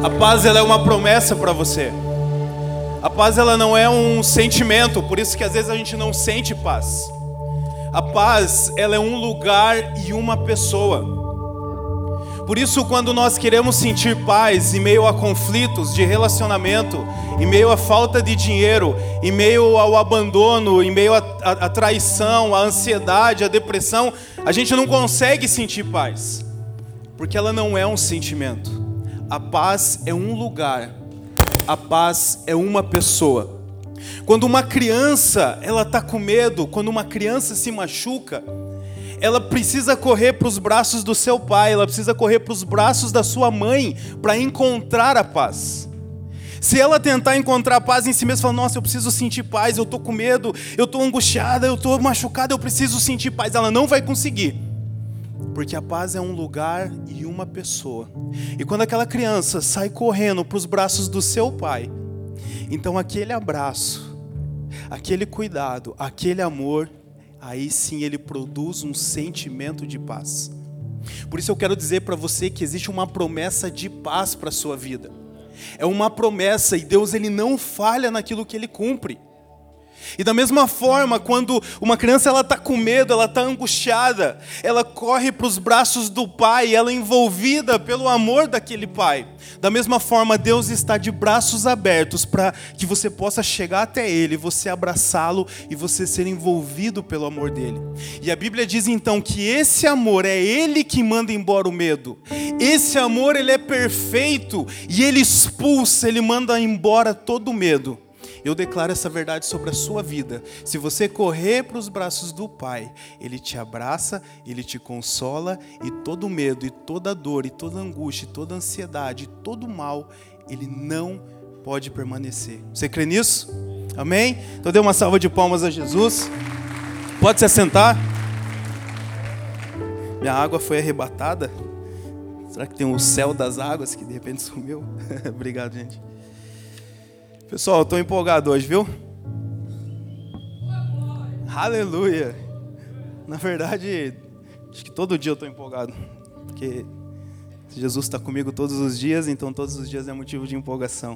A paz, ela é uma promessa para você. A paz, ela não é um sentimento, por isso que às vezes a gente não sente paz. A paz, ela é um lugar e uma pessoa. Por isso, quando nós queremos sentir paz em meio a conflitos de relacionamento, em meio à falta de dinheiro, em meio ao abandono, em meio à traição, à ansiedade, à depressão, a gente não consegue sentir paz, porque ela não é um sentimento. A paz é um lugar, a paz é uma pessoa. Quando uma criança ela está com medo, quando uma criança se machuca, ela precisa correr para os braços do seu pai, ela precisa correr para os braços da sua mãe para encontrar a paz. Se ela tentar encontrar paz em si mesma, falar, nossa, eu preciso sentir paz, eu estou com medo, eu estou angustiada, eu estou machucada, eu preciso sentir paz, ela não vai conseguir. Porque a paz é um lugar e uma pessoa. E quando aquela criança sai correndo para os braços do seu pai, então aquele abraço, aquele cuidado, aquele amor, aí sim ele produz um sentimento de paz. Por isso eu quero dizer para você que existe uma promessa de paz para a sua vida. É uma promessa e Deus ele não falha naquilo que ele cumpre. E da mesma forma, quando uma criança ela está com medo, ela está angustiada, ela corre para os braços do pai, ela é envolvida pelo amor daquele pai. Da mesma forma, Deus está de braços abertos para que você possa chegar até Ele, você abraçá-lo e você ser envolvido pelo amor dEle. E a Bíblia diz então que esse amor é Ele que manda embora o medo. Esse amor ele é perfeito e Ele expulsa, Ele manda embora todo o medo. Eu declaro essa verdade sobre a sua vida. Se você correr para os braços do Pai, Ele te abraça, Ele te consola, e todo medo, e toda dor, e toda angústia, e toda ansiedade, e todo mal, Ele não pode permanecer. Você crê nisso? Amém? Então dê uma salva de palmas a Jesus. Pode se assentar. Minha água foi arrebatada. Será que tem o céu das águas que de repente sumiu? Obrigado, gente. Pessoal, eu estou empolgado hoje, viu? Aleluia! Na verdade, acho que todo dia eu estou empolgado. Porque Jesus está comigo todos os dias, então todos os dias é motivo de empolgação.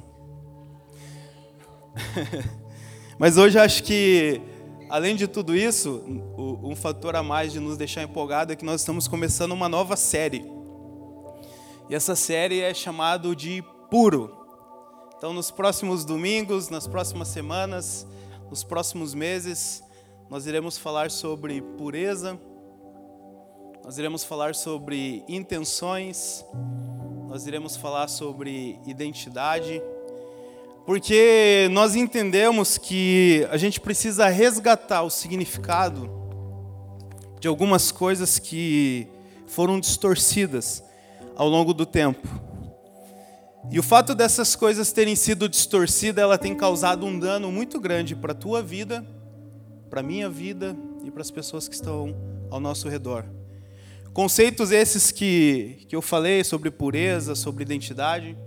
Mas hoje acho que, além de tudo isso, um fator a mais de nos deixar empolgado é que nós estamos começando uma nova série. E essa série é chamada de Puro. Então, nos próximos domingos, nas próximas semanas, nos próximos meses, nós iremos falar sobre pureza, nós iremos falar sobre intenções, nós iremos falar sobre identidade, porque nós entendemos que a gente precisa resgatar o significado de algumas coisas que foram distorcidas ao longo do tempo. E o fato dessas coisas terem sido distorcidas, ela tem causado um dano muito grande para a tua vida, para a minha vida e para as pessoas que estão ao nosso redor. Conceitos esses que eu falei sobre pureza, sobre identidade,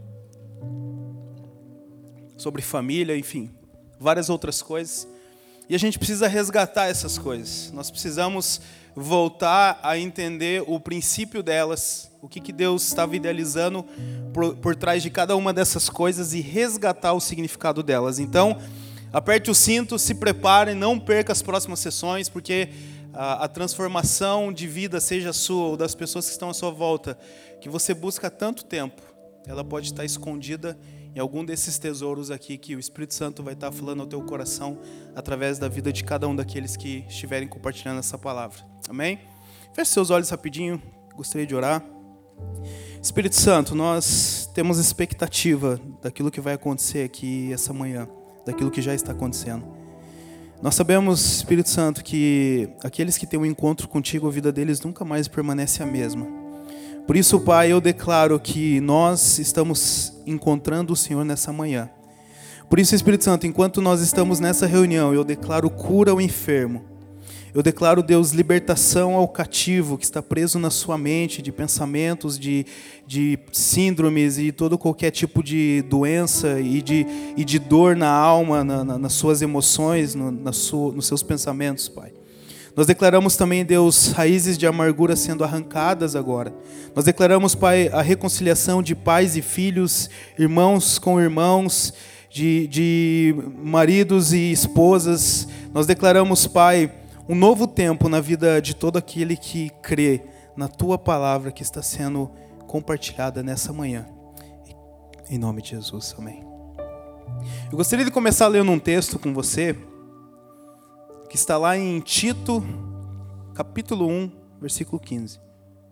sobre família, enfim, várias outras coisas. E a gente precisa resgatar essas coisas. Nós precisamos voltar a entender o princípio delas, o que Deus estava idealizando por trás de cada uma dessas coisas e resgatar o significado delas. Então, aperte o cinto, se prepare, não perca as próximas sessões, porque a transformação de vida, seja sua ou das pessoas que estão à sua volta, que você busca há tanto tempo, ela pode estar escondida em algum desses tesouros aqui que o Espírito Santo vai estar falando ao teu coração através da vida de cada um daqueles que estiverem compartilhando essa palavra. Amém? Feche seus olhos rapidinho, gostaria de orar. Espírito Santo, nós temos expectativa daquilo que vai acontecer aqui essa manhã, daquilo que já está acontecendo. Nós sabemos, Espírito Santo, que aqueles que têm um encontro contigo, a vida deles nunca mais permanece a mesma. Por isso, Pai, eu declaro que nós estamos encontrando o Senhor nessa manhã. Por isso, Espírito Santo, enquanto nós estamos nessa reunião, eu declaro cura ao enfermo. Eu declaro, Deus, libertação ao cativo que está preso na sua mente, de pensamentos, de síndromes e todo qualquer tipo de doença e de dor na alma, nas suas emoções, nos seus pensamentos, Pai. Nós declaramos também, Deus, raízes de amargura sendo arrancadas agora. Nós declaramos, Pai, a reconciliação de pais e filhos, irmãos com irmãos, de maridos e esposas. Nós declaramos, Pai, um novo tempo na vida de todo aquele que crê na Tua palavra que está sendo compartilhada nessa manhã. Em nome de Jesus, amém. Eu gostaria de começar lendo um texto com você, que está lá em Tito, capítulo 1, versículo 15.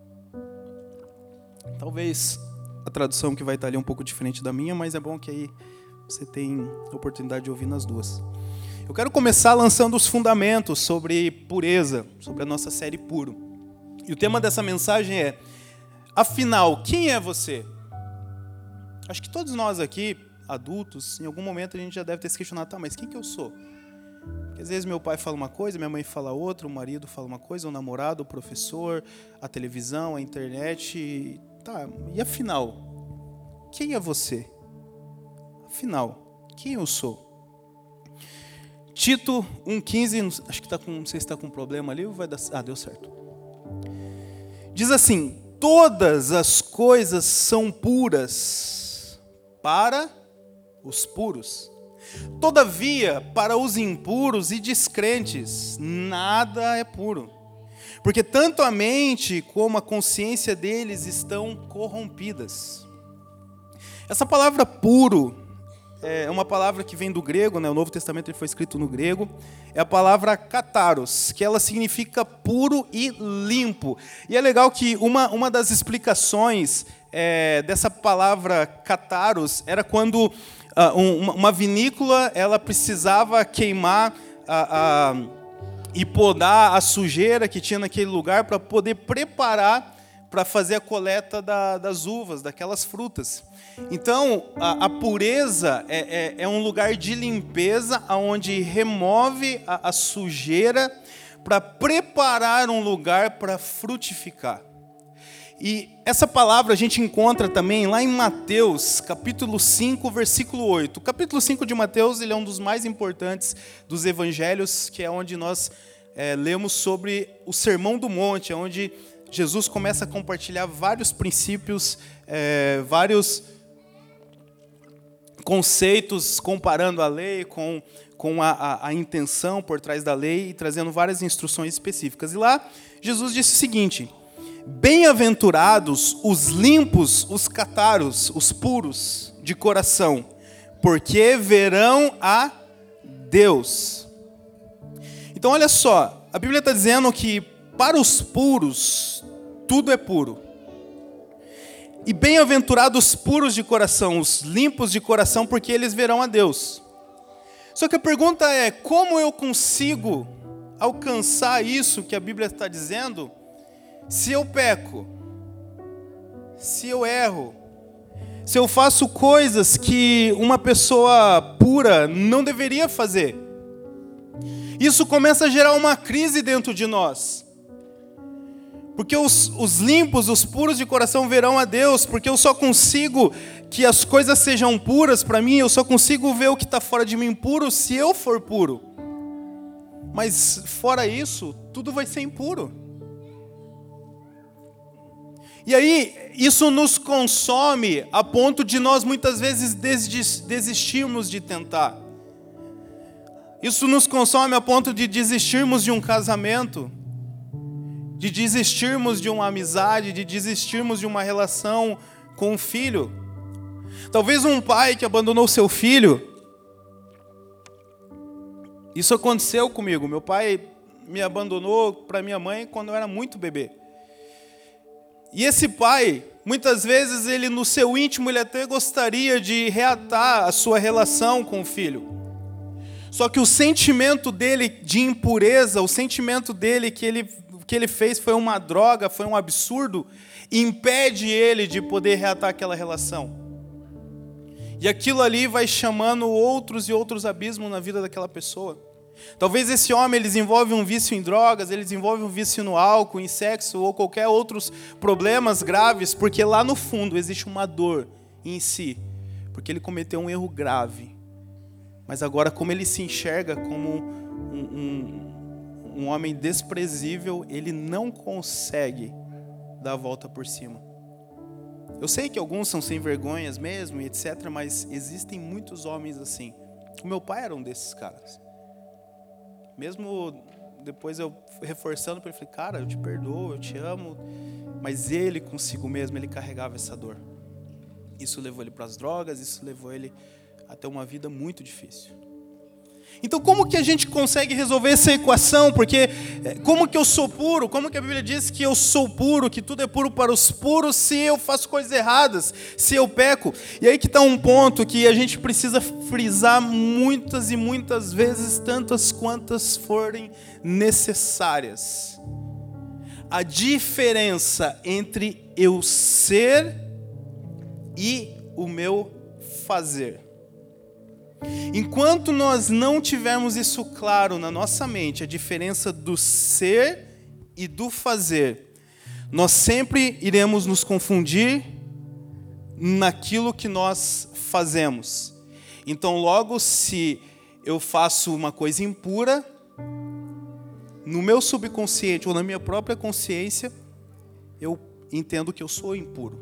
Talvez a tradução que vai estar ali um pouco diferente da minha, mas é bom que aí você tem a oportunidade de ouvir nas duas. Eu quero começar lançando os fundamentos sobre pureza, sobre a nossa série Puro. E o tema dessa mensagem é: afinal, quem é você? Acho que todos nós aqui, adultos, em algum momento a gente já deve ter se questionado, tá, mas quem que eu sou? Porque às vezes meu pai fala uma coisa, minha mãe fala outra, o marido fala uma coisa, o namorado, o professor, a televisão, a internet. Tá, e afinal, quem é você? Afinal, quem eu sou? Tito 1,15, acho que não sei se está com um problema ali, ou vai dar... deu certo. Diz assim: todas as coisas são puras para os puros. Todavia, para os impuros e descrentes, nada é puro. Porque tanto a mente como a consciência deles estão corrompidas. Essa palavra puro é uma palavra que vem do grego, né? O Novo Testamento ele foi escrito no grego. É a palavra kataros, que ela significa puro e limpo. E é legal que uma das explicações dessa palavra kataros era quando uma vinícola ela precisava queimar e podar a sujeira que tinha naquele lugar para poder preparar para fazer a coleta das uvas, daquelas frutas. Então, a pureza é um lugar de limpeza onde remove a sujeira para preparar um lugar para frutificar. E essa palavra a gente encontra também lá em Mateus, capítulo 5, versículo 8. O capítulo 5 de Mateus ele é um dos mais importantes dos evangelhos, que é onde nós lemos sobre o Sermão do Monte, onde Jesus começa a compartilhar vários princípios, vários conceitos, comparando a lei com a intenção por trás da lei e trazendo várias instruções específicas. E lá, Jesus disse o seguinte: bem-aventurados os limpos, os cataros, os puros de coração, porque verão a Deus. Então, olha só, a Bíblia está dizendo que para os puros, tudo é puro. E bem-aventurados os puros de coração, os limpos de coração, porque eles verão a Deus. Só que a pergunta é: como eu consigo alcançar isso que a Bíblia está dizendo, se eu peco, se eu erro, se eu faço coisas que uma pessoa pura não deveria fazer? Isso começa a gerar uma crise dentro de nós. Porque os limpos, os puros de coração verão a Deus, porque eu só consigo que as coisas sejam puras para mim, eu só consigo ver o que está fora de mim puro se eu for puro. Mas fora isso, tudo vai ser impuro. E aí, isso nos consome a ponto de nós muitas vezes desistirmos de tentar. Isso nos consome a ponto de desistirmos de um casamento, de desistirmos de uma amizade, de desistirmos de uma relação com um filho. Talvez um pai que abandonou seu filho. Isso aconteceu comigo. Meu pai me abandonou para minha mãe quando eu era muito bebê. E esse pai, muitas vezes, ele no seu íntimo, ele até gostaria de reatar a sua relação com o filho. Só que o sentimento dele de impureza, o sentimento dele que ele fez foi uma droga, foi um absurdo, impede ele de poder reatar aquela relação. E aquilo ali vai chamando outros e outros abismos na vida daquela pessoa. Talvez esse homem ele desenvolve um vício em drogas, ele desenvolve um vício no álcool, em sexo ou qualquer outros problemas graves, porque lá no fundo existe uma dor em si, porque ele cometeu um erro grave. Mas agora, como ele se enxerga como um homem desprezível, ele não consegue dar a volta por cima. Eu sei que alguns são sem vergonhas mesmo, etc., mas existem muitos homens assim. O meu pai era um desses caras. Mesmo depois eu reforçando para ele, falei, cara, eu te perdoo, eu te amo. Mas ele consigo mesmo, ele carregava essa dor. Isso levou ele para as drogas, isso levou ele a ter uma vida muito difícil. Então como que a gente consegue resolver essa equação? Porque como que eu sou puro? Como que a Bíblia diz que eu sou puro, que tudo é puro para os puros se eu faço coisas erradas, se eu peco? E aí que está um ponto que a gente precisa frisar muitas e muitas vezes, tantas quantas forem necessárias. A diferença entre eu ser e o meu fazer. Enquanto nós não tivermos isso claro na nossa mente, a diferença do ser e do fazer, nós sempre iremos nos confundir naquilo que nós fazemos. Então, logo, se eu faço uma coisa impura, no meu subconsciente ou na minha própria consciência, eu entendo que eu sou impuro.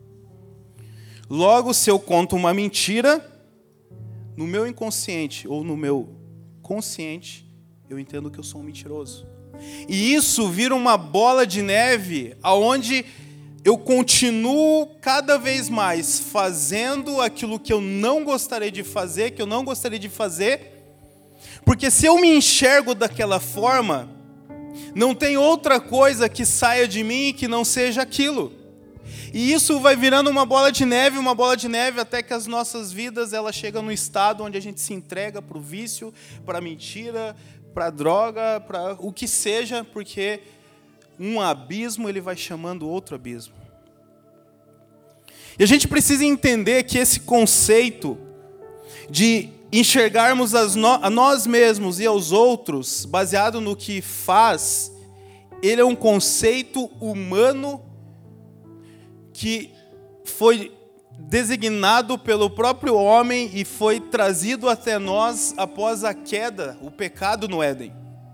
Logo, se eu conto uma mentira, no meu inconsciente ou no meu consciente, eu entendo que eu sou um mentiroso. E isso vira uma bola de neve, aonde eu continuo cada vez mais fazendo aquilo que eu não gostaria de fazer, porque se eu me enxergo daquela forma, não tem outra coisa que saia de mim que não seja aquilo. E isso vai virando uma bola de neve, até que as nossas vidas ela chega no estado onde a gente se entrega para o vício, para a mentira, para a droga, para o que seja, porque um abismo ele vai chamando outro abismo. E a gente precisa entender que esse conceito de enxergarmos a nós mesmos e aos outros, baseado no que faz, ele é um conceito humano que foi designado pelo próprio homem e foi trazido até nós após a queda, o pecado no Éden.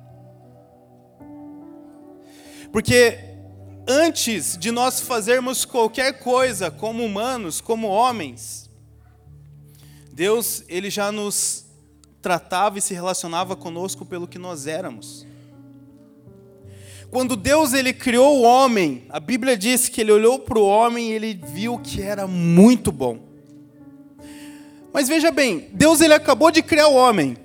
Porque antes de nós fazermos qualquer coisa como humanos, como homens, Deus ele já nos tratava e se relacionava conosco pelo que nós éramos. Quando Deus ele criou o homem, a Bíblia diz que ele olhou para o homem e ele viu que era muito bom. Mas veja bem, Deus ele acabou de criar o homem.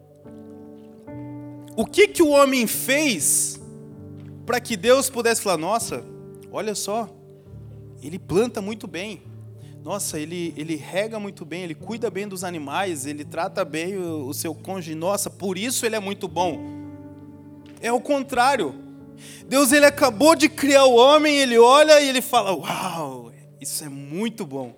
O que o homem fez para que Deus pudesse falar, nossa, olha só, ele planta muito bem. Nossa, ele rega muito bem, ele cuida bem dos animais, ele trata bem o seu cônjuge. Nossa, por isso ele é muito bom. É o contrário. Deus ele acabou de criar o homem, ele olha e ele fala, uau, isso é muito bom.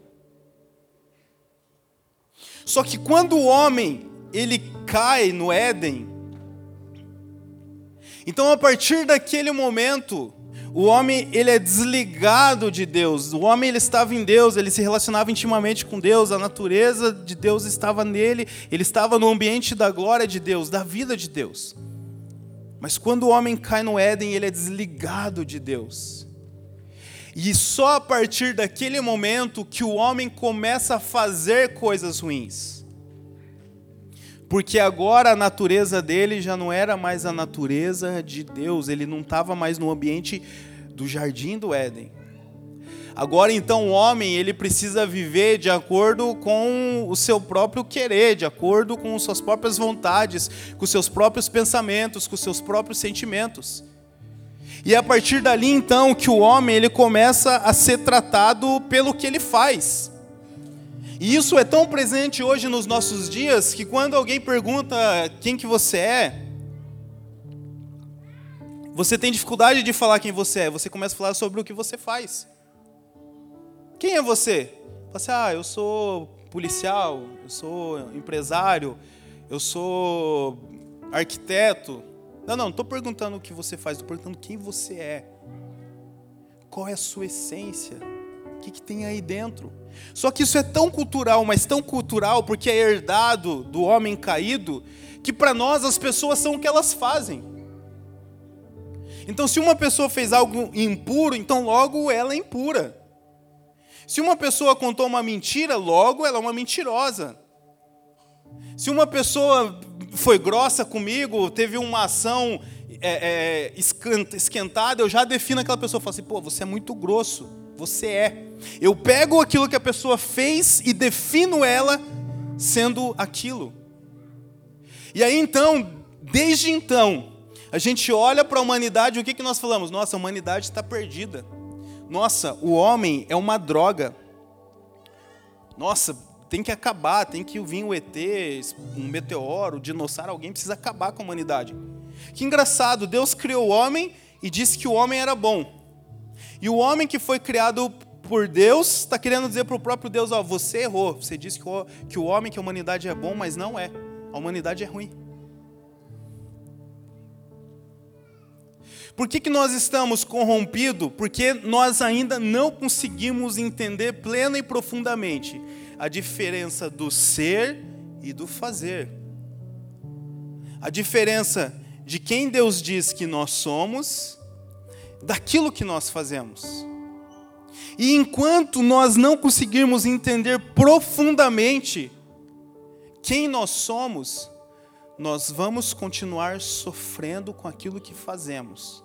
Só que quando o homem ele cai no Éden, então a partir daquele momento, o homem ele é desligado de Deus. O homem ele estava em Deus, ele se relacionava intimamente com Deus, a natureza de Deus estava nele, ele estava no ambiente da glória de Deus, da vida de Deus. Mas quando o homem cai no Éden, ele é desligado de Deus. E só a partir daquele momento que o homem começa a fazer coisas ruins. Porque agora a natureza dele já não era mais a natureza de Deus, ele não estava mais no ambiente do jardim do Éden. Agora então o homem ele precisa viver de acordo com o seu próprio querer, de acordo com suas próprias vontades, com seus próprios pensamentos, com seus próprios sentimentos. E é a partir dali então que o homem ele começa a ser tratado pelo que ele faz. E isso é tão presente hoje nos nossos dias que quando alguém pergunta quem que você é, você tem dificuldade de falar quem você é, você começa a falar sobre o que você faz. Quem é você? Você, eu sou policial, eu sou empresário, eu sou arquiteto. Não estou perguntando o que você faz, estou perguntando quem você é. Qual é a sua essência? O que tem aí dentro? Só que isso é tão cultural, mas tão cultural, porque é herdado do homem caído, que para nós as pessoas são o que elas fazem. Então, se uma pessoa fez algo impuro, então logo ela é impura. Se uma pessoa contou uma mentira, logo ela é uma mentirosa. Se uma pessoa foi grossa comigo, teve uma ação esquentada, eu já defino aquela pessoa, falo assim, pô, você é muito grosso, você é. Eu pego aquilo que a pessoa fez e defino ela sendo aquilo. E aí então, desde então, a gente olha para a humanidade e o que nós falamos? Nossa, a humanidade está perdida. Nossa, o homem é uma droga. Nossa, tem que acabar, tem que vir um ET, um meteoro, um dinossauro, alguém precisa acabar com a humanidade. Que engraçado, Deus criou o homem e disse que o homem era bom. E o homem que foi criado por Deus está querendo dizer para o próprio Deus, ó, você errou. Você disse que o homem, que a humanidade é bom, mas não é. A humanidade é ruim. Por que nós estamos corrompidos? Porque nós ainda não conseguimos entender plena e profundamente a diferença do ser e do fazer. A diferença de quem Deus diz que nós somos, daquilo que nós fazemos. E enquanto nós não conseguirmos entender profundamente quem nós somos, nós vamos continuar sofrendo com aquilo que fazemos.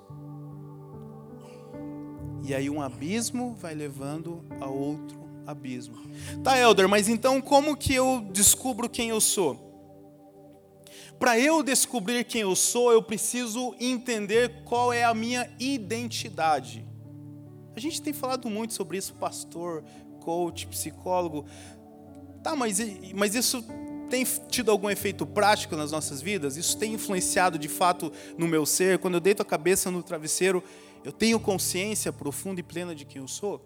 E aí um abismo vai levando a outro abismo. Tá, Elder, mas então como que eu descubro quem eu sou? Para eu descobrir quem eu sou, eu preciso entender qual é a minha identidade. A gente tem falado muito sobre isso, pastor, coach, psicólogo. Tá, mas isso tem tido algum efeito prático nas nossas vidas? Isso tem influenciado de fato no meu ser? Quando eu deito a cabeça no travesseiro, eu tenho consciência profunda e plena de quem eu sou?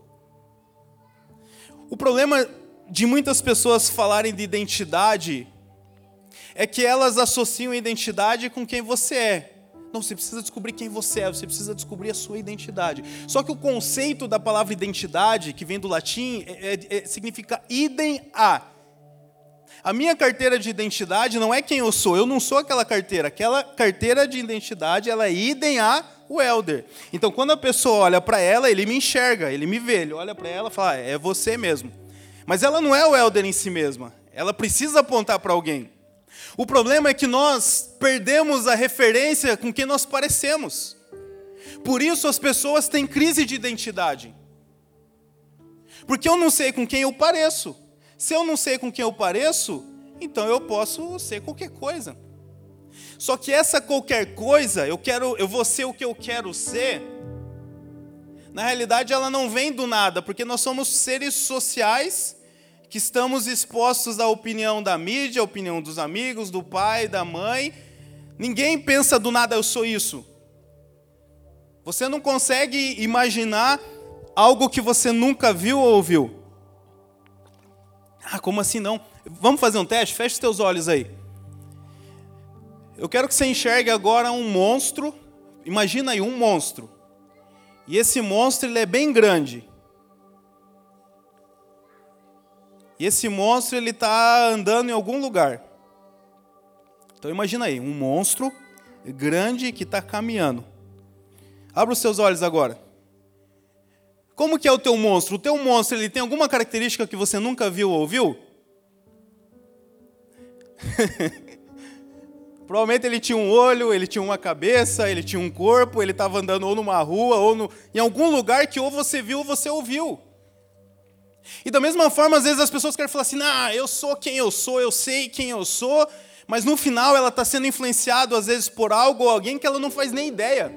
O problema de muitas pessoas falarem de identidade é que elas associam a identidade com quem você é. Não, você precisa descobrir quem você é, você precisa descobrir a sua identidade. Só que o conceito da palavra identidade, que vem do latim, significa idem a. A minha carteira de identidade não é quem eu não sou aquela carteira. Aquela carteira de identidade, ela é idem a o Elder. Então, quando a pessoa olha para ela, ele me enxerga, ele me vê, ele olha para ela e fala, é você mesmo. Mas ela não é o Elder em si mesma, ela precisa apontar para alguém. O problema é que nós perdemos a referência com quem nós parecemos. Por isso as pessoas têm crise de identidade. Porque eu não sei com quem eu pareço. Se eu não sei com quem eu pareço, então eu posso ser qualquer coisa. Só que essa qualquer coisa, eu vou ser o que eu quero ser, na realidade ela não vem do nada, porque nós somos seres sociais que estamos expostos à opinião da mídia, à opinião dos amigos, do pai, da mãe. Ninguém pensa do nada, eu sou isso. Você não consegue imaginar algo que você nunca viu ou ouviu. Ah, como assim não? Vamos fazer um teste? Feche os teus olhos aí. Eu quero que você enxergue agora um monstro. Imagina aí, um monstro. E esse monstro, ele é bem grande. E esse monstro, ele está andando em algum lugar. Então imagina aí, um monstro grande que está caminhando. Abra os seus olhos agora. Como que é o teu monstro? O teu monstro, ele tem alguma característica que você nunca viu ou ouviu? Provavelmente ele tinha um olho, ele tinha uma cabeça, ele tinha um corpo, ele estava andando ou numa rua, ou em algum lugar que ou você viu ou você ouviu. E da mesma forma, às vezes as pessoas querem falar assim, eu sou quem eu sou, eu sei quem eu sou, mas no final ela está sendo influenciada às vezes por algo ou alguém que ela não faz nem ideia.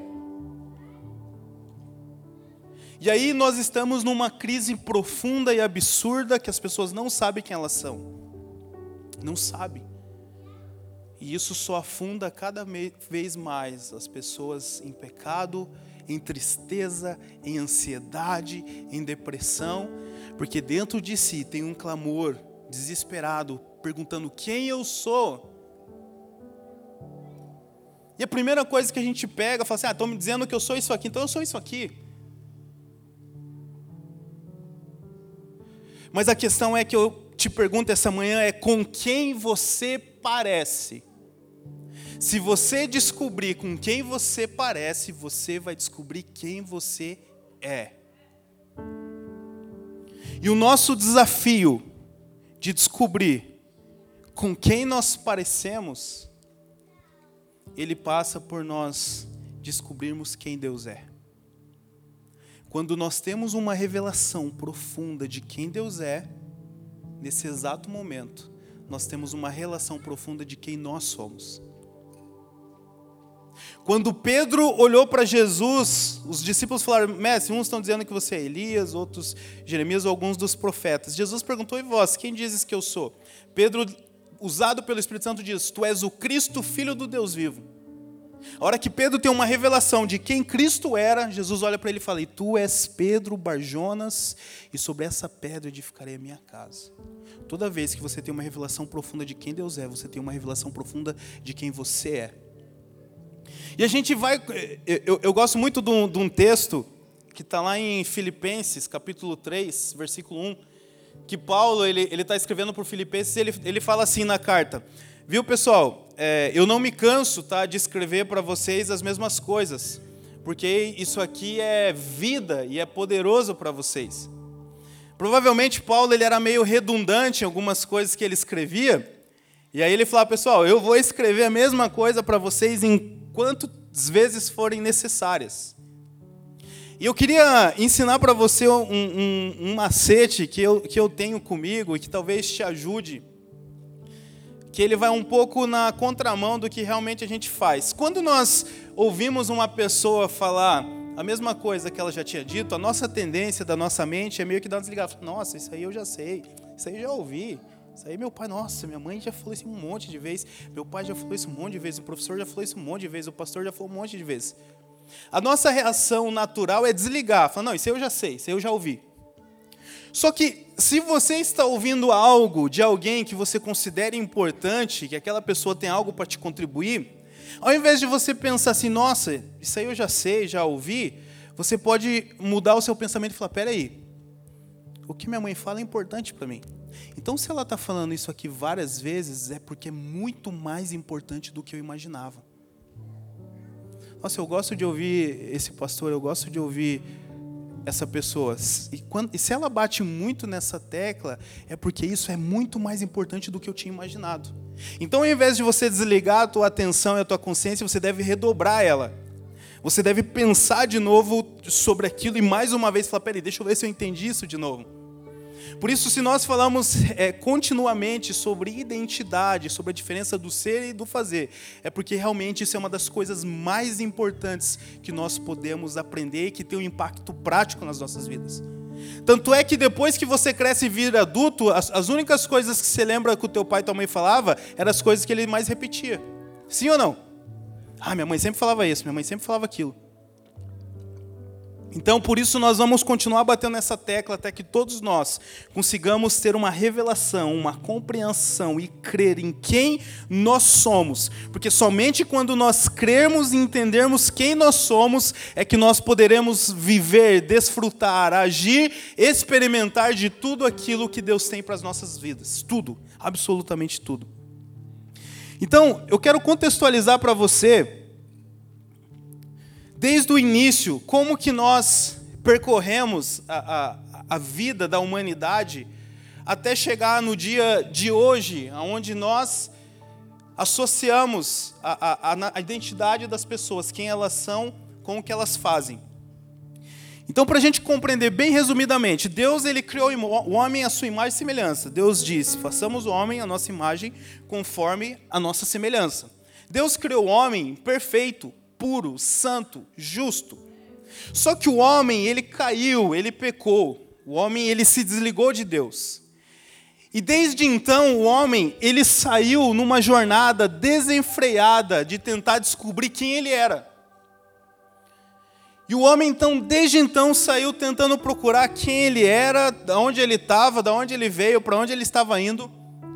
E aí nós estamos numa crise profunda e absurda que as pessoas não sabem quem elas são. Não sabem. E isso só afunda cada vez mais as pessoas em pecado, em tristeza, em ansiedade, em depressão, porque dentro de si tem um clamor desesperado, perguntando quem eu sou. E a primeira coisa que a gente pega, fala assim, estão me dizendo que eu sou isso aqui, então eu sou isso aqui. Mas a questão é que eu te pergunto essa manhã com quem você parece? Se você descobrir com quem você parece, você vai descobrir quem você é. E o nosso desafio de descobrir com quem nós parecemos, ele passa por nós descobrirmos quem Deus é. Quando nós temos uma revelação profunda de quem Deus é, nesse exato momento, nós temos uma relação profunda de quem nós somos. Quando Pedro olhou para Jesus, os discípulos falaram: mestre, uns estão dizendo que você é Elias, outros Jeremias ou alguns dos profetas. Jesus perguntou: e vós, quem dizes que eu sou? Pedro, usado pelo Espírito Santo, diz: tu és o Cristo, filho do Deus vivo. A hora que Pedro tem uma revelação de quem Cristo era, Jesus olha para ele e fala: e tu és Pedro, Barjonas, e sobre essa pedra edificarei a minha casa. Toda vez que você tem uma revelação profunda de quem Deus é, você tem uma revelação profunda de quem você é. E a gente vai... Eu gosto muito de um texto que está lá em Filipenses, capítulo 3, versículo 1, que Paulo ele está escrevendo para os Filipenses, ele fala assim na carta: viu, pessoal, eu não me canso, tá, de escrever para vocês as mesmas coisas, porque isso aqui é vida e é poderoso para vocês. Provavelmente Paulo ele era meio redundante em algumas coisas que ele escrevia, e aí ele falava: pessoal, eu vou escrever a mesma coisa para vocês em quantas vezes forem necessárias. E eu queria ensinar para você um macete que eu tenho comigo e que talvez te ajude, que ele vai um pouco na contramão do que realmente a gente faz. Quando nós ouvimos uma pessoa falar a mesma coisa que ela já tinha dito, a nossa tendência da nossa mente é meio que dar uma desligada. Nossa, isso aí eu já sei, isso aí eu já ouvi. Isso aí meu pai, nossa, minha mãe já falou isso um monte de vezes, meu pai já falou isso um monte de vezes, o professor já falou isso um monte de vezes, o pastor já falou um monte de vezes. A nossa reação natural é desligar, falar: não, isso aí eu já sei, isso aí eu já ouvi. Só que se você está ouvindo algo de alguém que você considera importante, que aquela pessoa tem algo para te contribuir, ao invés de você pensar assim: nossa, isso aí eu já sei, já ouvi, você pode mudar o seu pensamento e falar: peraí, o que minha mãe fala é importante para mim. Então, se ela está falando isso aqui várias vezes, é porque é muito mais importante do que eu imaginava. Nossa, eu gosto de ouvir esse pastor, eu gosto de ouvir essa pessoa. E se ela bate muito nessa tecla, é porque isso é muito mais importante do que eu tinha imaginado. Então, ao invés de você desligar a tua atenção e a tua consciência, você deve redobrar ela. Você deve pensar de novo sobre aquilo e mais uma vez falar: peraí, deixa eu ver se eu entendi isso de novo. Por isso, se nós falamos continuamente sobre identidade, sobre a diferença do ser e do fazer, é porque realmente isso é uma das coisas mais importantes que nós podemos aprender e que tem um impacto prático nas nossas vidas. Tanto é que depois que você cresce e vira adulto, as únicas coisas que você lembra que o teu pai e tua mãe falava eram as coisas que ele mais repetia. Sim ou não? Ah, minha mãe sempre falava isso, minha mãe sempre falava aquilo. Então, por isso, nós vamos continuar batendo nessa tecla até que todos nós consigamos ter uma revelação, uma compreensão e crer em quem nós somos. Porque somente quando nós crermos e entendermos quem nós somos é que nós poderemos viver, desfrutar, agir, experimentar de tudo aquilo que Deus tem para as nossas vidas. Tudo, absolutamente tudo. Então, eu quero contextualizar para você, desde o início, como que nós percorremos a vida da humanidade até chegar no dia de hoje, onde nós associamos a identidade das pessoas, quem elas são, com o que elas fazem. Então, para a gente compreender bem resumidamente, Deus ele criou o homem à sua imagem e semelhança. Deus disse: façamos o homem à nossa imagem conforme a nossa semelhança. Deus criou o homem perfeito, puro, santo, justo. Só que o homem, ele caiu, ele pecou. O homem, ele se desligou de Deus. E desde então, o homem, ele saiu numa jornada desenfreada de tentar descobrir quem ele era. E o homem, então, desde então, saiu tentando procurar quem ele era, de onde ele estava, de onde ele veio, para onde ele estava indo.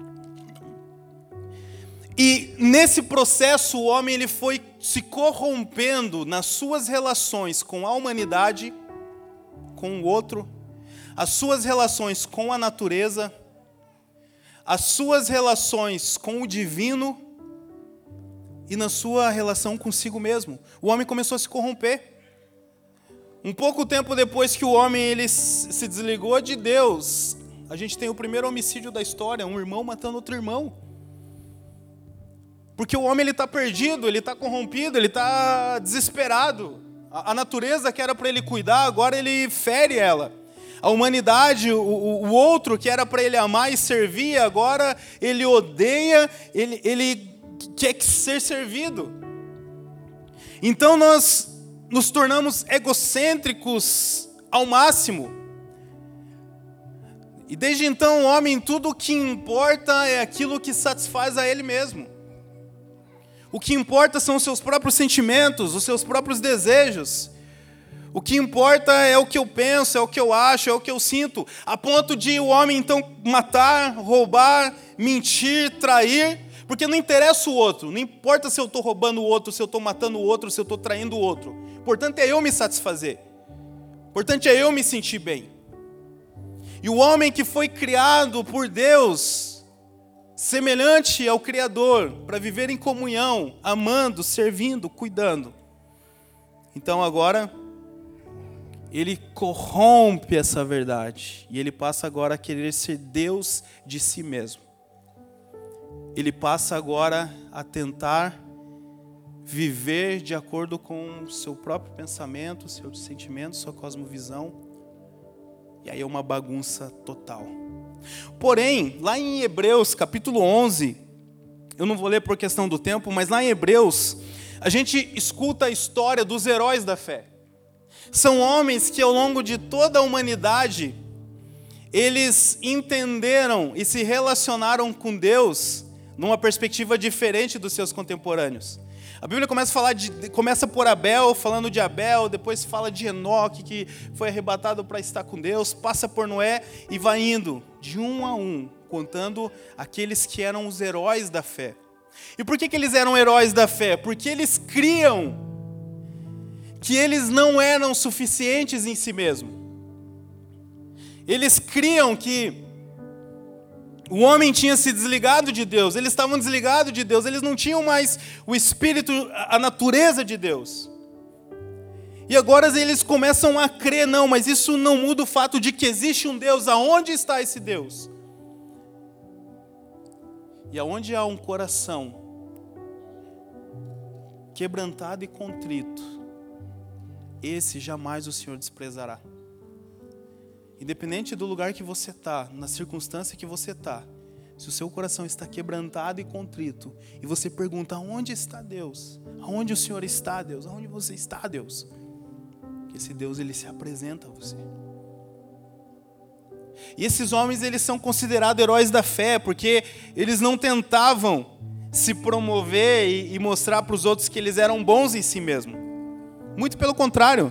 E nesse processo, o homem ele foi se corrompendo nas suas relações com a humanidade, com o outro, as suas relações com a natureza, as suas relações com o divino e na sua relação consigo mesmo. O homem começou a se corromper. Um pouco tempo depois que o homem ele se desligou de Deus, a gente tem o primeiro homicídio da história, um irmão matando outro irmão. Porque o homem está perdido, ele está corrompido, ele está desesperado. A natureza que era para ele cuidar, agora ele fere ela. A humanidade, o outro que era para ele amar e servir, agora ele odeia, ele quer ser servido. Então nós nos tornamos egocêntricos ao máximo. E desde então o homem, tudo o que importa é aquilo que satisfaz a ele mesmo. O que importa são os seus próprios sentimentos, os seus próprios desejos. O que importa é o que eu penso, é o que eu acho, é o que eu sinto. A ponto de o homem então matar, roubar, mentir, trair, porque não interessa o outro. Não importa se eu estou roubando o outro, se eu estou matando o outro, se eu estou traindo o outro. O importante é eu me satisfazer. O importante é eu me sentir bem. E o homem que foi criado por Deus, semelhante ao Criador, para viver em comunhão, amando, servindo, cuidando. Então agora, ele corrompe essa verdade. E ele passa agora a querer ser Deus de si mesmo. Ele passa agora a tentar viver de acordo com o seu próprio pensamento, seus sentimentos, sua cosmovisão. E aí é uma bagunça total. Porém, lá em Hebreus capítulo 11, eu não vou ler por questão do tempo, mas lá em Hebreus, a gente escuta a história dos heróis da fé. São homens que ao longo de toda a humanidade, eles entenderam e se relacionaram com Deus numa perspectiva diferente dos seus contemporâneos. A Bíblia começa por Abel, falando de Abel, depois fala de Enoque, que foi arrebatado para estar com Deus, passa por Noé e vai indo de um a um, contando aqueles que eram os heróis da fé. E por que eles eram heróis da fé? Porque eles criam que eles não eram suficientes em si mesmos. Eles criam que o homem tinha se desligado de Deus, eles estavam desligados de Deus, eles não tinham mais o Espírito, a natureza de Deus. E agora eles começam a crer, não, mas isso não muda o fato de que existe um Deus. Aonde está esse Deus? E aonde há um coração quebrantado e contrito, esse jamais o Senhor desprezará. Independente do lugar que você está, na circunstância que você está, se o seu coração está quebrantado e contrito, e você pergunta, aonde está Deus? Aonde o Senhor está, Deus? Aonde você está, Deus? Que esse Deus, ele se apresenta a você. E esses homens, eles são considerados heróis da fé, porque eles não tentavam se promover e mostrar para os outros que eles eram bons em si mesmos. Muito pelo contrário.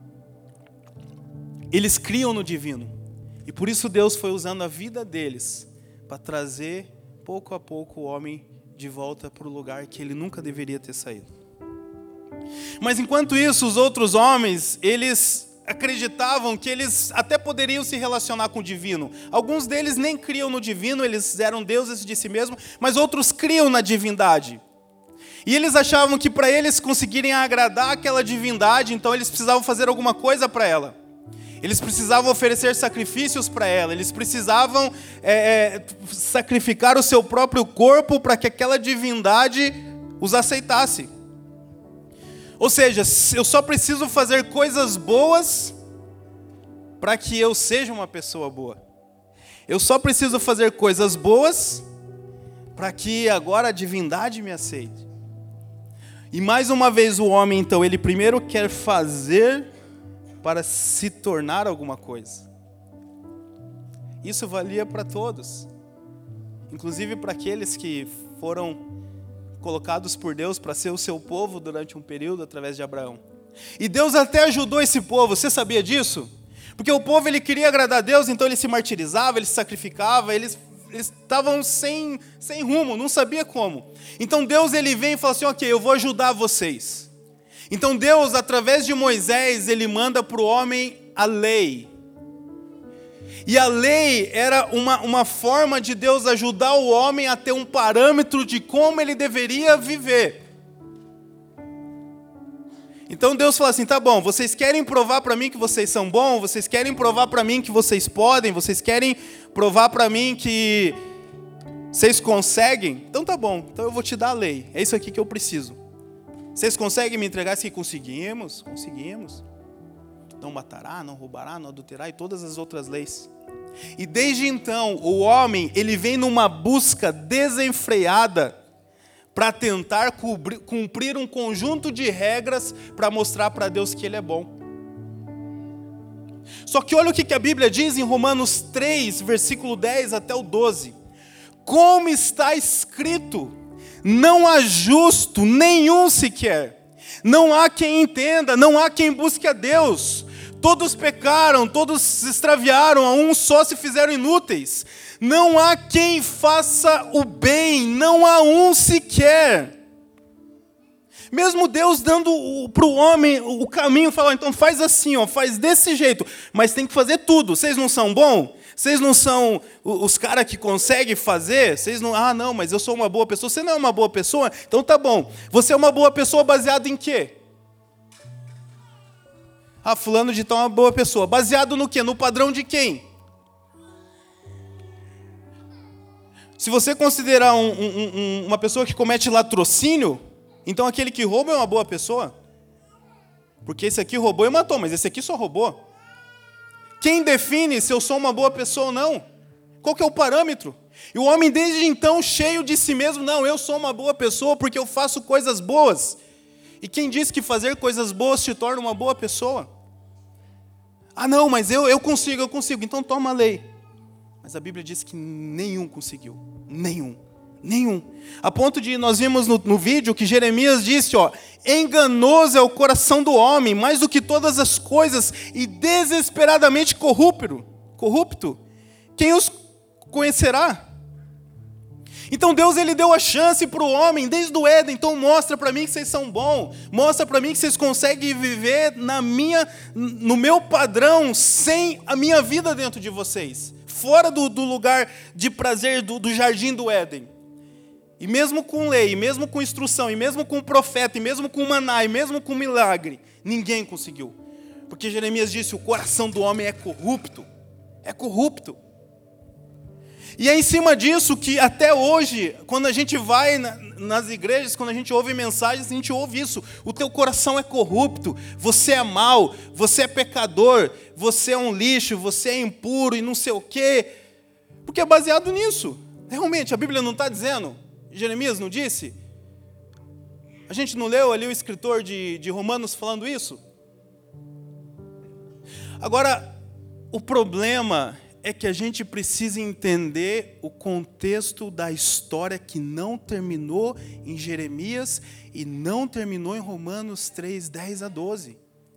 Eles criam no divino. E por isso Deus foi usando a vida deles para trazer, pouco a pouco, o homem de volta para o lugar que ele nunca deveria ter saído. Mas enquanto isso, os outros homens, eles acreditavam que eles até poderiam se relacionar com o divino. Alguns deles nem criam no divino, eles eram deuses de si mesmos, mas outros criam na divindade. E eles achavam que para eles conseguirem agradar aquela divindade, então eles precisavam fazer alguma coisa para ela. Eles precisavam oferecer sacrifícios para ela, eles precisavam sacrificar o seu próprio corpo para que aquela divindade os aceitasse. Ou seja, eu só preciso fazer coisas boas para que eu seja uma pessoa boa. Eu só preciso fazer coisas boas para que agora a divindade me aceite. E mais uma vez o homem, então, ele primeiro quer fazer para se tornar alguma coisa. Isso valia para todos, inclusive para aqueles que foram colocados por Deus para ser o seu povo durante um período através de Abraão. E Deus até ajudou esse povo, você sabia disso? Porque o povo ele queria agradar a Deus, então ele se martirizava, ele se sacrificava, eles estavam sem rumo, não sabia como. Então Deus ele vem e fala assim, ok, eu vou ajudar vocês. Então Deus, através de Moisés, ele manda para o homem a lei. E a lei era uma forma de Deus ajudar o homem a ter um parâmetro de como ele deveria viver. Então Deus fala assim, tá bom, vocês querem provar para mim que vocês são bons, vocês querem provar para mim que vocês podem, vocês querem provar para mim que vocês conseguem? Então tá bom, então eu vou te dar a lei, é isso aqui que eu preciso. Vocês conseguem me entregar? Se conseguimos, conseguimos. Não matará, não roubará, não adulterará e todas as outras leis. E desde então, o homem, ele vem numa busca desenfreada para tentar cumprir um conjunto de regras para mostrar para Deus que Ele é bom. Só que olha o que a Bíblia diz em Romanos 3, versículo 10 até o 12. Como está escrito, não há justo nenhum sequer. Não há quem entenda, não há quem busque a Deus. Todos pecaram, todos se extraviaram, a um só se fizeram inúteis. Não há quem faça o bem, não há um sequer. Mesmo Deus dando para o homem o caminho, falando, então faz assim, ó, faz desse jeito, mas tem que fazer tudo. Vocês não são bons? Vocês não são os caras que conseguem fazer? Vocês não, não, mas eu sou uma boa pessoa. Você não é uma boa pessoa? Então tá bom. Você é uma boa pessoa baseado em quê? Fulano de tal é uma boa pessoa. Baseado no quê? No padrão de quem? Se você considerar uma pessoa que comete latrocínio, então aquele que rouba é uma boa pessoa? Porque esse aqui roubou e matou, mas esse aqui só roubou. Quem define se eu sou uma boa pessoa ou não? Qual que é o parâmetro? E o homem desde então cheio de si mesmo, não, eu sou uma boa pessoa porque eu faço coisas boas. E quem diz que fazer coisas boas te torna uma boa pessoa? Não, mas eu consigo, então toma a lei. Mas a Bíblia diz que nenhum conseguiu, nenhum. A ponto de, nós vimos no vídeo que Jeremias disse, enganoso é o coração do homem, mais do que todas as coisas, e desesperadamente corrupto. Quem os conhecerá? Então Deus, ele deu a chance para o homem, desde o Éden, então mostra para mim que vocês são bons, mostra para mim que vocês conseguem viver no meu padrão, sem a minha vida dentro de vocês, fora do lugar de prazer do jardim do Éden. E mesmo com lei, e mesmo com instrução, e mesmo com profeta, e mesmo com maná, e mesmo com milagre, ninguém conseguiu. Porque Jeremias disse, o coração do homem é corrupto. E é em cima disso que até hoje, quando a gente vai nas igrejas, quando a gente ouve mensagens, a gente ouve isso. O teu coração é corrupto, você é mau, você é pecador, você é um lixo, você é impuro e não sei o quê. Porque é baseado nisso. Realmente, a Bíblia não está dizendo... Jeremias não disse? A gente não leu ali o escritor de Romanos falando isso? Agora, o problema é que a gente precisa entender o contexto da história que não terminou em Jeremias e não terminou em Romanos 3, 10 a 12.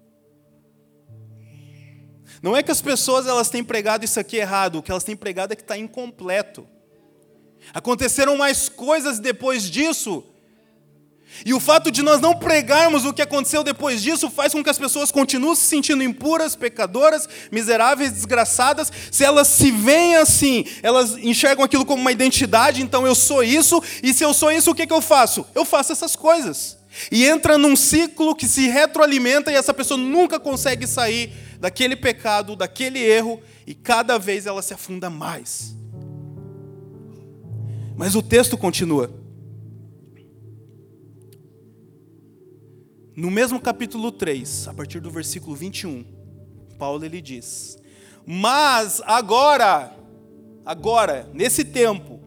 Não é que as pessoas elas têm pregado isso aqui errado, o que elas têm pregado é que está incompleto. Aconteceram mais coisas depois disso. E o fato de nós não pregarmos o que aconteceu depois disso faz com que as pessoas continuem se sentindo impuras, pecadoras, miseráveis, desgraçadas. Se elas se veem assim, elas enxergam aquilo como uma identidade, então eu sou isso, e se eu sou isso, o que eu faço? Eu faço essas coisas. E entra num ciclo que se retroalimenta e essa pessoa nunca consegue sair daquele pecado, daquele erro, e cada vez ela se afunda mais. Mas o texto continua. No mesmo capítulo 3, a partir do versículo 21, Paulo ele diz: mas agora, nesse tempo,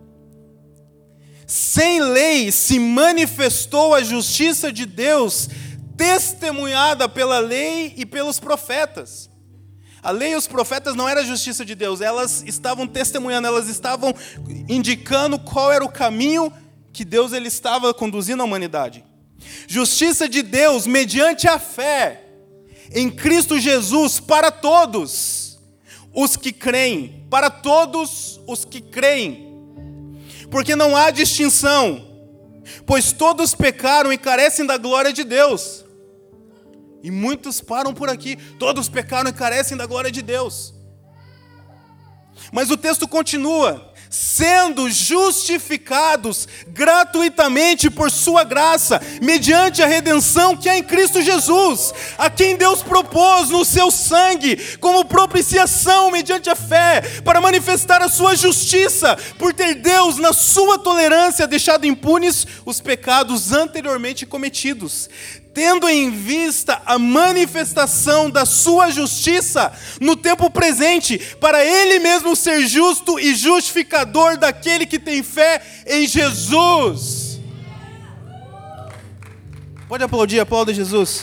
sem lei se manifestou a justiça de Deus, testemunhada pela lei e pelos profetas. A lei e os profetas não era a justiça de Deus, elas estavam testemunhando, elas estavam indicando qual era o caminho que Deus ele estava conduzindo a humanidade. Justiça de Deus mediante a fé em Cristo Jesus para todos os que creem, para todos os que creem. Porque não há distinção, pois todos pecaram e carecem da glória de Deus. E muitos param por aqui, todos pecaram e carecem da glória de Deus. Mas o texto continua, sendo justificados gratuitamente por sua graça, mediante a redenção que há em Cristo Jesus, a quem Deus propôs no seu sangue, como propiciação mediante a fé, para manifestar a sua justiça, por ter Deus, na sua tolerância, deixado impunes os pecados anteriormente cometidos, tendo em vista a manifestação da sua justiça no tempo presente, para Ele mesmo ser justo e justificador daquele que tem fé em Jesus. Pode aplaudir, aplauda Jesus.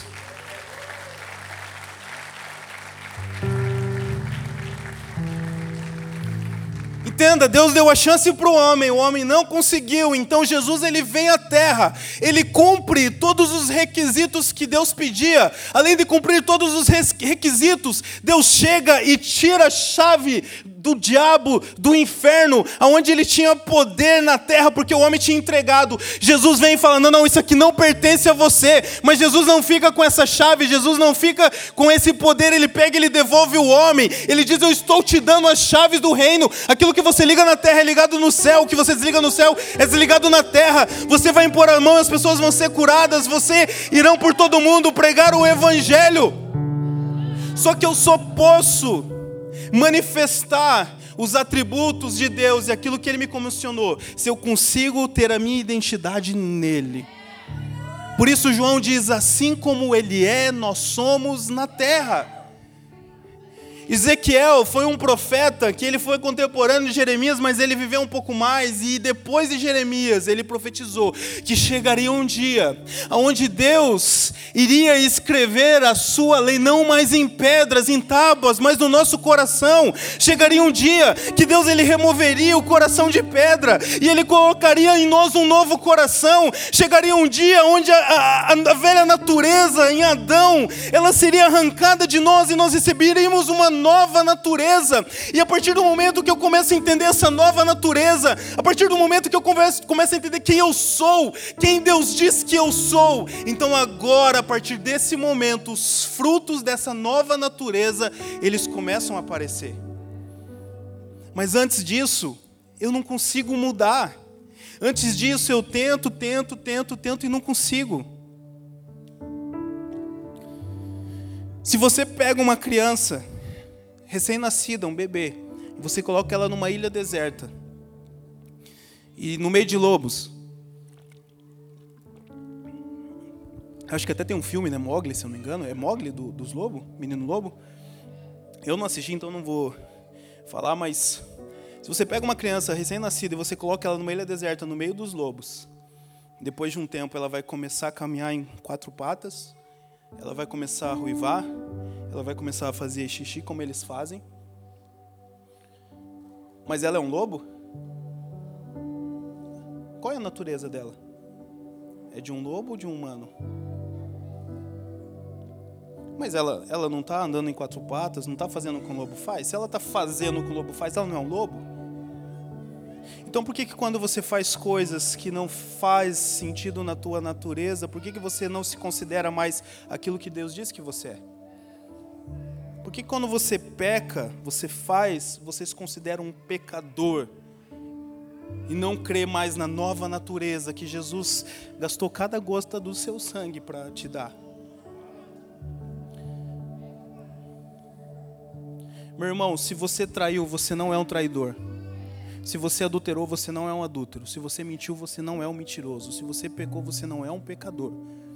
Entenda, Deus deu a chance para o homem não conseguiu, então Jesus ele vem à terra, ele cumpre todos os requisitos que Deus pedia, além de cumprir todos os requisitos, Deus chega e tira a chave do diabo, do inferno, aonde ele tinha poder na terra, porque o homem tinha entregado. Jesus vem falando, não, isso aqui não pertence a você, mas Jesus não fica com essa chave, Jesus não fica com esse poder, ele pega e ele devolve o homem, ele diz, eu estou te dando as chaves do reino, aquilo que você liga na terra é ligado no céu, o que você desliga no céu é desligado na terra, você vai impor a mão, as pessoas vão ser curadas, você irão por todo mundo pregar o evangelho. Só que eu só posso manifestar os atributos de Deus e aquilo que Ele me comissionou, se eu consigo ter a minha identidade nele. Por isso João diz, assim como Ele é, nós somos na terra. Ezequiel foi um profeta que ele foi contemporâneo de Jeremias, mas ele viveu um pouco mais, e depois de Jeremias ele profetizou que chegaria um dia onde Deus iria escrever a sua lei, não mais em pedras, em tábuas, mas no nosso coração. Chegaria um dia que Deus ele removeria o coração de pedra e ele colocaria em nós um novo coração. Chegaria um dia onde a velha natureza em Adão, ela seria arrancada de nós e nós receberíamos uma nova natureza. E a partir do momento que eu começo a entender essa nova natureza, a partir do momento que eu começo a entender quem eu sou, quem Deus diz que eu sou, então agora, a partir desse momento, os frutos dessa nova natureza, eles começam a aparecer. Mas antes disso, eu não consigo mudar. Antes disso, eu tento e não consigo. Se você pega uma criança recém-nascida, um bebê, e você coloca ela numa ilha deserta, e no meio de lobos, acho que até tem um filme, né, Mowgli, se eu não me engano, é Mowgli dos lobos, Menino Lobo, eu não assisti, então não vou falar, mas se você pega uma criança recém-nascida e você coloca ela numa ilha deserta, no meio dos lobos, depois de um tempo ela vai começar a caminhar em 4 patas, ela vai começar a ruivar, ela vai começar a fazer xixi como eles fazem. Mas ela é um lobo? Qual é a natureza dela? É de um lobo ou de um humano? Mas ela não está andando em 4 patas, não está fazendo o que um lobo faz? Se ela está fazendo o que o lobo faz, ela não é um lobo? Então por que quando você faz coisas que não faz sentido na tua natureza, por que você não se considera mais aquilo que Deus diz que você é? Por que quando você peca, você se considera um pecador e não crê mais na nova natureza que Jesus gastou cada gota do seu sangue para te dar? Meu irmão, se você traiu, você não é um traidor. Se você adulterou, você não é um adúltero. Se você mentiu, você não é um mentiroso. Se você pecou, você não é um pecador.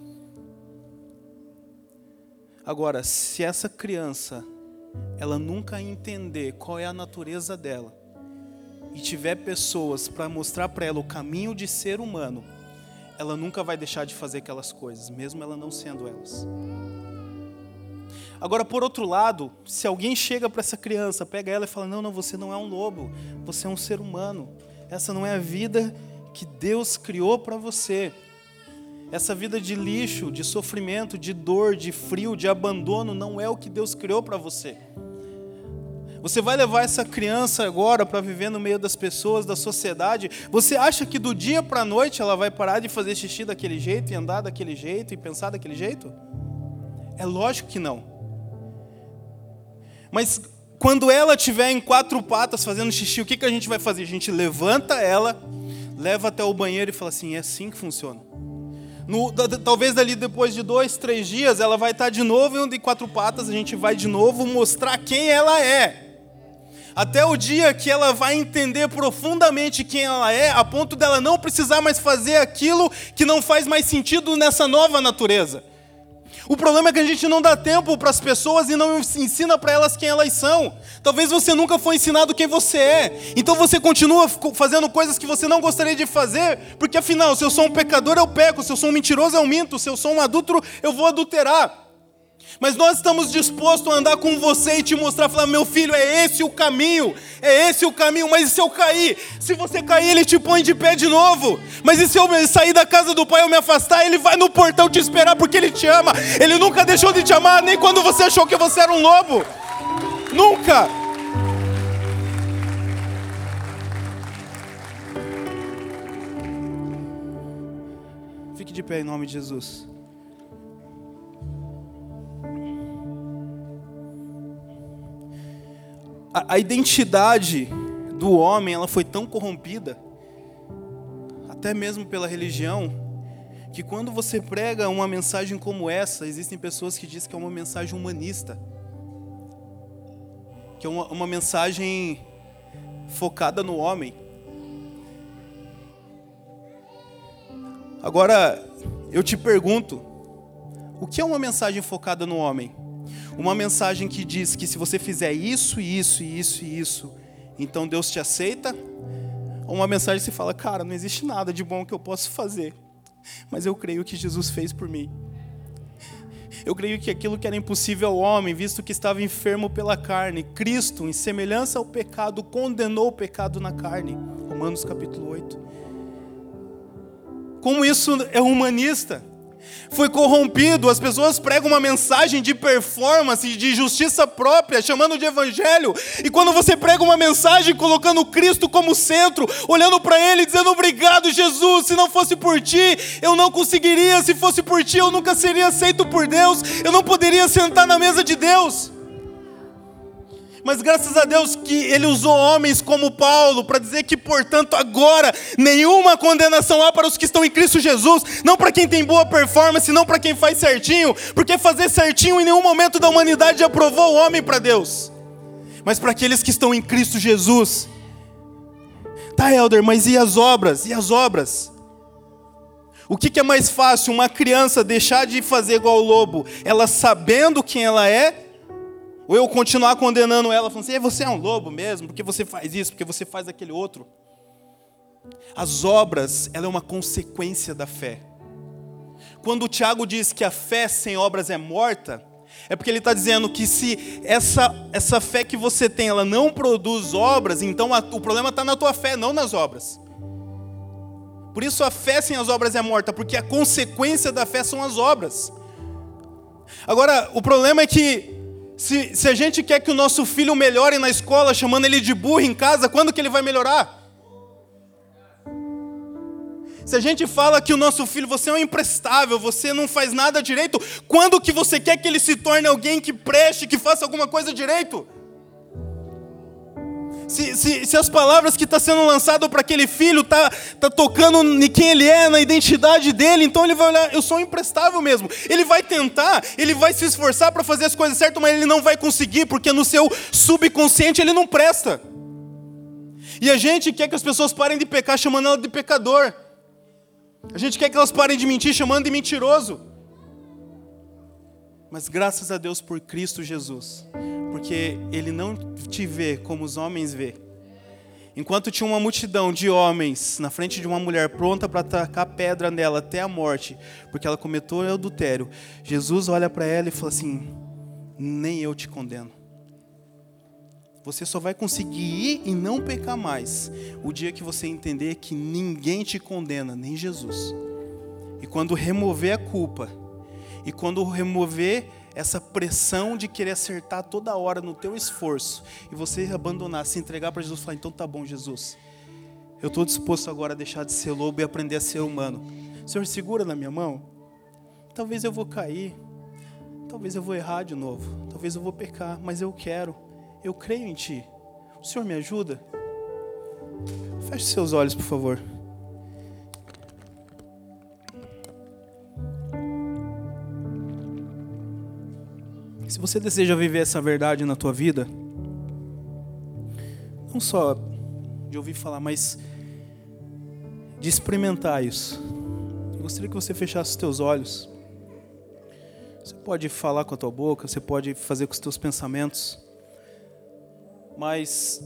Agora, se essa criança, ela nunca entender qual é a natureza dela, e tiver pessoas para mostrar para ela o caminho de ser humano, ela nunca vai deixar de fazer aquelas coisas, mesmo ela não sendo elas. Agora, por outro lado, se alguém chega para essa criança, pega ela e fala, não, você não é um lobo, você é um ser humano. Essa não é a vida que Deus criou para você. Essa vida de lixo, de sofrimento, de dor, de frio, de abandono, não é o que Deus criou para você. Você vai levar essa criança agora para viver no meio das pessoas, da sociedade. Você acha que do dia para a noite ela vai parar de fazer xixi daquele jeito, e andar daquele jeito, e pensar daquele jeito? É lógico que não. Mas quando ela estiver em 4 patas fazendo xixi, o que a gente vai fazer? A gente levanta ela, leva até o banheiro e fala assim, é assim que funciona. Talvez dali depois de 2, 3 dias, ela vai estar de novo em 4 patas, a gente vai de novo mostrar quem ela é. Até o dia que ela vai entender profundamente quem ela é, a ponto dela não precisar mais fazer aquilo que não faz mais sentido nessa nova natureza. O problema é que a gente não dá tempo para as pessoas e não ensina para elas quem elas são. Talvez você nunca foi ensinado quem você é. Então você continua fazendo coisas que você não gostaria de fazer, porque afinal, se eu sou um pecador, eu peco. Se eu sou um mentiroso, eu minto. Se eu sou um adúltero, eu vou adulterar. Mas nós estamos dispostos a andar com você e te mostrar, falar, meu filho, é esse o caminho, mas e se eu cair? Se você cair, ele te põe de pé de novo. Mas e se eu sair da casa do pai, eu me afastar, ele vai no portão te esperar porque ele te ama. Ele nunca deixou de te amar, nem quando você achou que você era um lobo. Nunca. Fique de pé em nome de Jesus. A identidade do homem, ela foi tão corrompida, até mesmo pela religião, que quando você prega uma mensagem como essa, existem pessoas que dizem que é uma mensagem humanista, que é uma mensagem focada no homem. Agora, eu te pergunto, o que é uma mensagem focada no homem? Uma mensagem que diz que se você fizer isso, isso, isso e isso, então Deus te aceita? Ou uma mensagem que se fala, cara, não existe nada de bom que eu possa fazer, mas eu creio que Jesus fez por mim. Eu creio que aquilo que era impossível ao homem, visto que estava enfermo pela carne, Cristo, em semelhança ao pecado, condenou o pecado na carne. Romanos capítulo 8. Como isso é humanista? Foi corrompido, as pessoas pregam uma mensagem de performance, de justiça própria, chamando de evangelho. E quando você prega uma mensagem colocando Cristo como centro, olhando para Ele e dizendo, obrigado Jesus, se não fosse por Ti, eu não conseguiria, se fosse por Ti, eu nunca seria aceito por Deus, eu não poderia sentar na mesa de Deus. Mas graças a Deus que Ele usou homens como Paulo para dizer que, portanto, agora nenhuma condenação há para os que estão em Cristo Jesus, não para quem tem boa performance, não para quem faz certinho, porque fazer certinho em nenhum momento da humanidade aprovou o homem para Deus, mas para aqueles que estão em Cristo Jesus. Tá, Helder, mas e as obras? E as obras? O que é mais fácil, uma criança deixar de fazer igual o lobo, ela sabendo quem ela é, ou eu continuar condenando ela, falando assim, você é um lobo mesmo, porque você faz isso, porque você faz aquele outro. As obras, ela é uma consequência da fé. Quando o Tiago diz que a fé sem obras é morta, é porque ele está dizendo que se essa fé que você tem, ela não produz obras, então o problema está na tua fé, não nas obras. Por isso a fé sem as obras é morta, porque a consequência da fé são as obras. Agora, o problema é que se a gente quer que o nosso filho melhore na escola, chamando ele de burro em casa, quando que ele vai melhorar? Se a gente fala que o nosso filho, você é um imprestável, você não faz nada direito, quando que você quer que ele se torne alguém que preste, que faça alguma coisa direito? Se as palavras que estão sendo lançadas para aquele filho tá tocando em quem ele é, na identidade dele, então ele vai olhar, eu sou um imprestável mesmo. Ele vai tentar, ele vai se esforçar para fazer as coisas certas, mas ele não vai conseguir, porque no seu subconsciente ele não presta. E a gente quer que as pessoas parem de pecar chamando ela de pecador. A gente quer que elas parem de mentir chamando de mentiroso. Mas graças a Deus por Cristo Jesus, porque Ele não te vê como os homens vê. Enquanto tinha uma multidão de homens na frente de uma mulher pronta para atacar pedra nela até a morte, porque ela cometeu adultério, Jesus olha para ela e fala assim, nem eu te condeno. Você só vai conseguir ir e não pecar mais o dia que você entender que ninguém te condena, nem Jesus. E quando remover a culpa, e quando remover essa pressão de querer acertar toda hora no teu esforço, e você abandonar, se entregar para Jesus e falar, então tá bom Jesus, eu estou disposto agora a deixar de ser lobo e aprender a ser humano. Senhor, segura na minha mão. Talvez eu vou cair, talvez eu vou errar de novo, talvez eu vou pecar, mas eu quero Eu creio em Ti. O Senhor me ajuda? Feche seus olhos, por favor. Se você deseja viver essa verdade na tua vida, não só de ouvir falar, mas de experimentar isso. Eu gostaria que você fechasse os teus olhos. Você pode falar com a tua boca, você pode fazer com os teus pensamentos, mas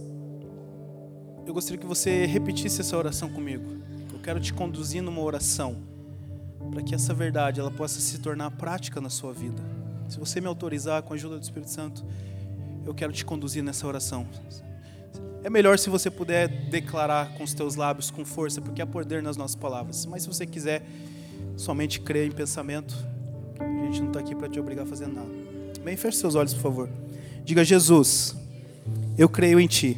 eu gostaria que você repetisse essa oração comigo. Eu quero te conduzir numa oração, para que essa verdade ela possa se tornar prática na sua vida. Se você me autorizar, com a ajuda do Espírito Santo, eu quero te conduzir nessa oração. É melhor se você puder declarar com os teus lábios, com força, porque há poder nas nossas palavras. Mas se você quiser somente crer em pensamento, a gente não está aqui para te obrigar a fazer nada. Bem, feche seus olhos, por favor. Diga: Jesus, eu creio em Ti.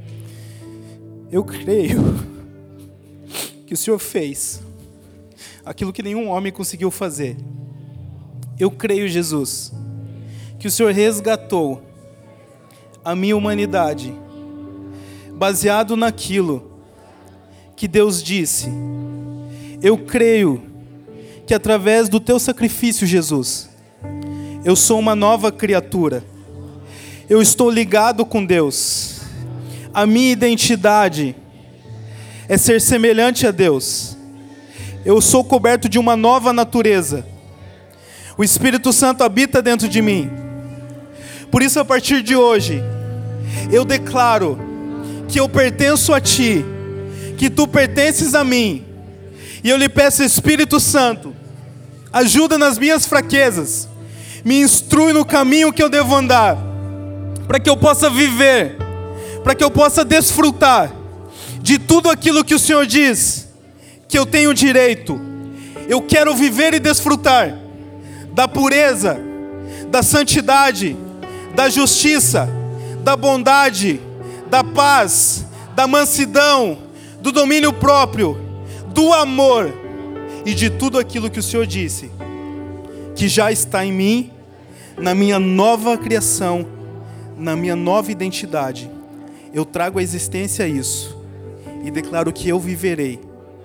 Eu creio que o Senhor fez aquilo que nenhum homem conseguiu fazer. Eu creio, Jesus, que o Senhor resgatou a minha humanidade, baseado naquilo que Deus disse. Eu creio que através do Teu sacrifício, Jesus, eu sou uma nova criatura. Eu estou ligado com Deus. A minha identidade é ser semelhante a Deus. Eu sou coberto de uma nova natureza. O Espírito Santo habita dentro de mim. Por isso, a partir de hoje, eu declaro que eu pertenço a Ti, que Tu pertences a mim. E eu lhe peço, Espírito Santo, ajuda nas minhas fraquezas, me instrui no caminho que eu devo andar, para que eu possa viver, para que eu possa desfrutar de tudo aquilo que o Senhor diz que eu tenho direito. Eu quero viver e desfrutar da pureza, da santidade, da justiça, da bondade, da paz, da mansidão, do domínio próprio, do amor e de tudo aquilo que o Senhor disse que já está em mim, na minha nova criação, na minha nova identidade. Eu trago à existência isso e declaro que eu viverei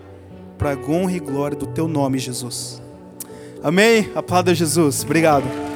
para a honra e glória do Teu nome, Jesus. Amém? Aplauda Jesus. Obrigado.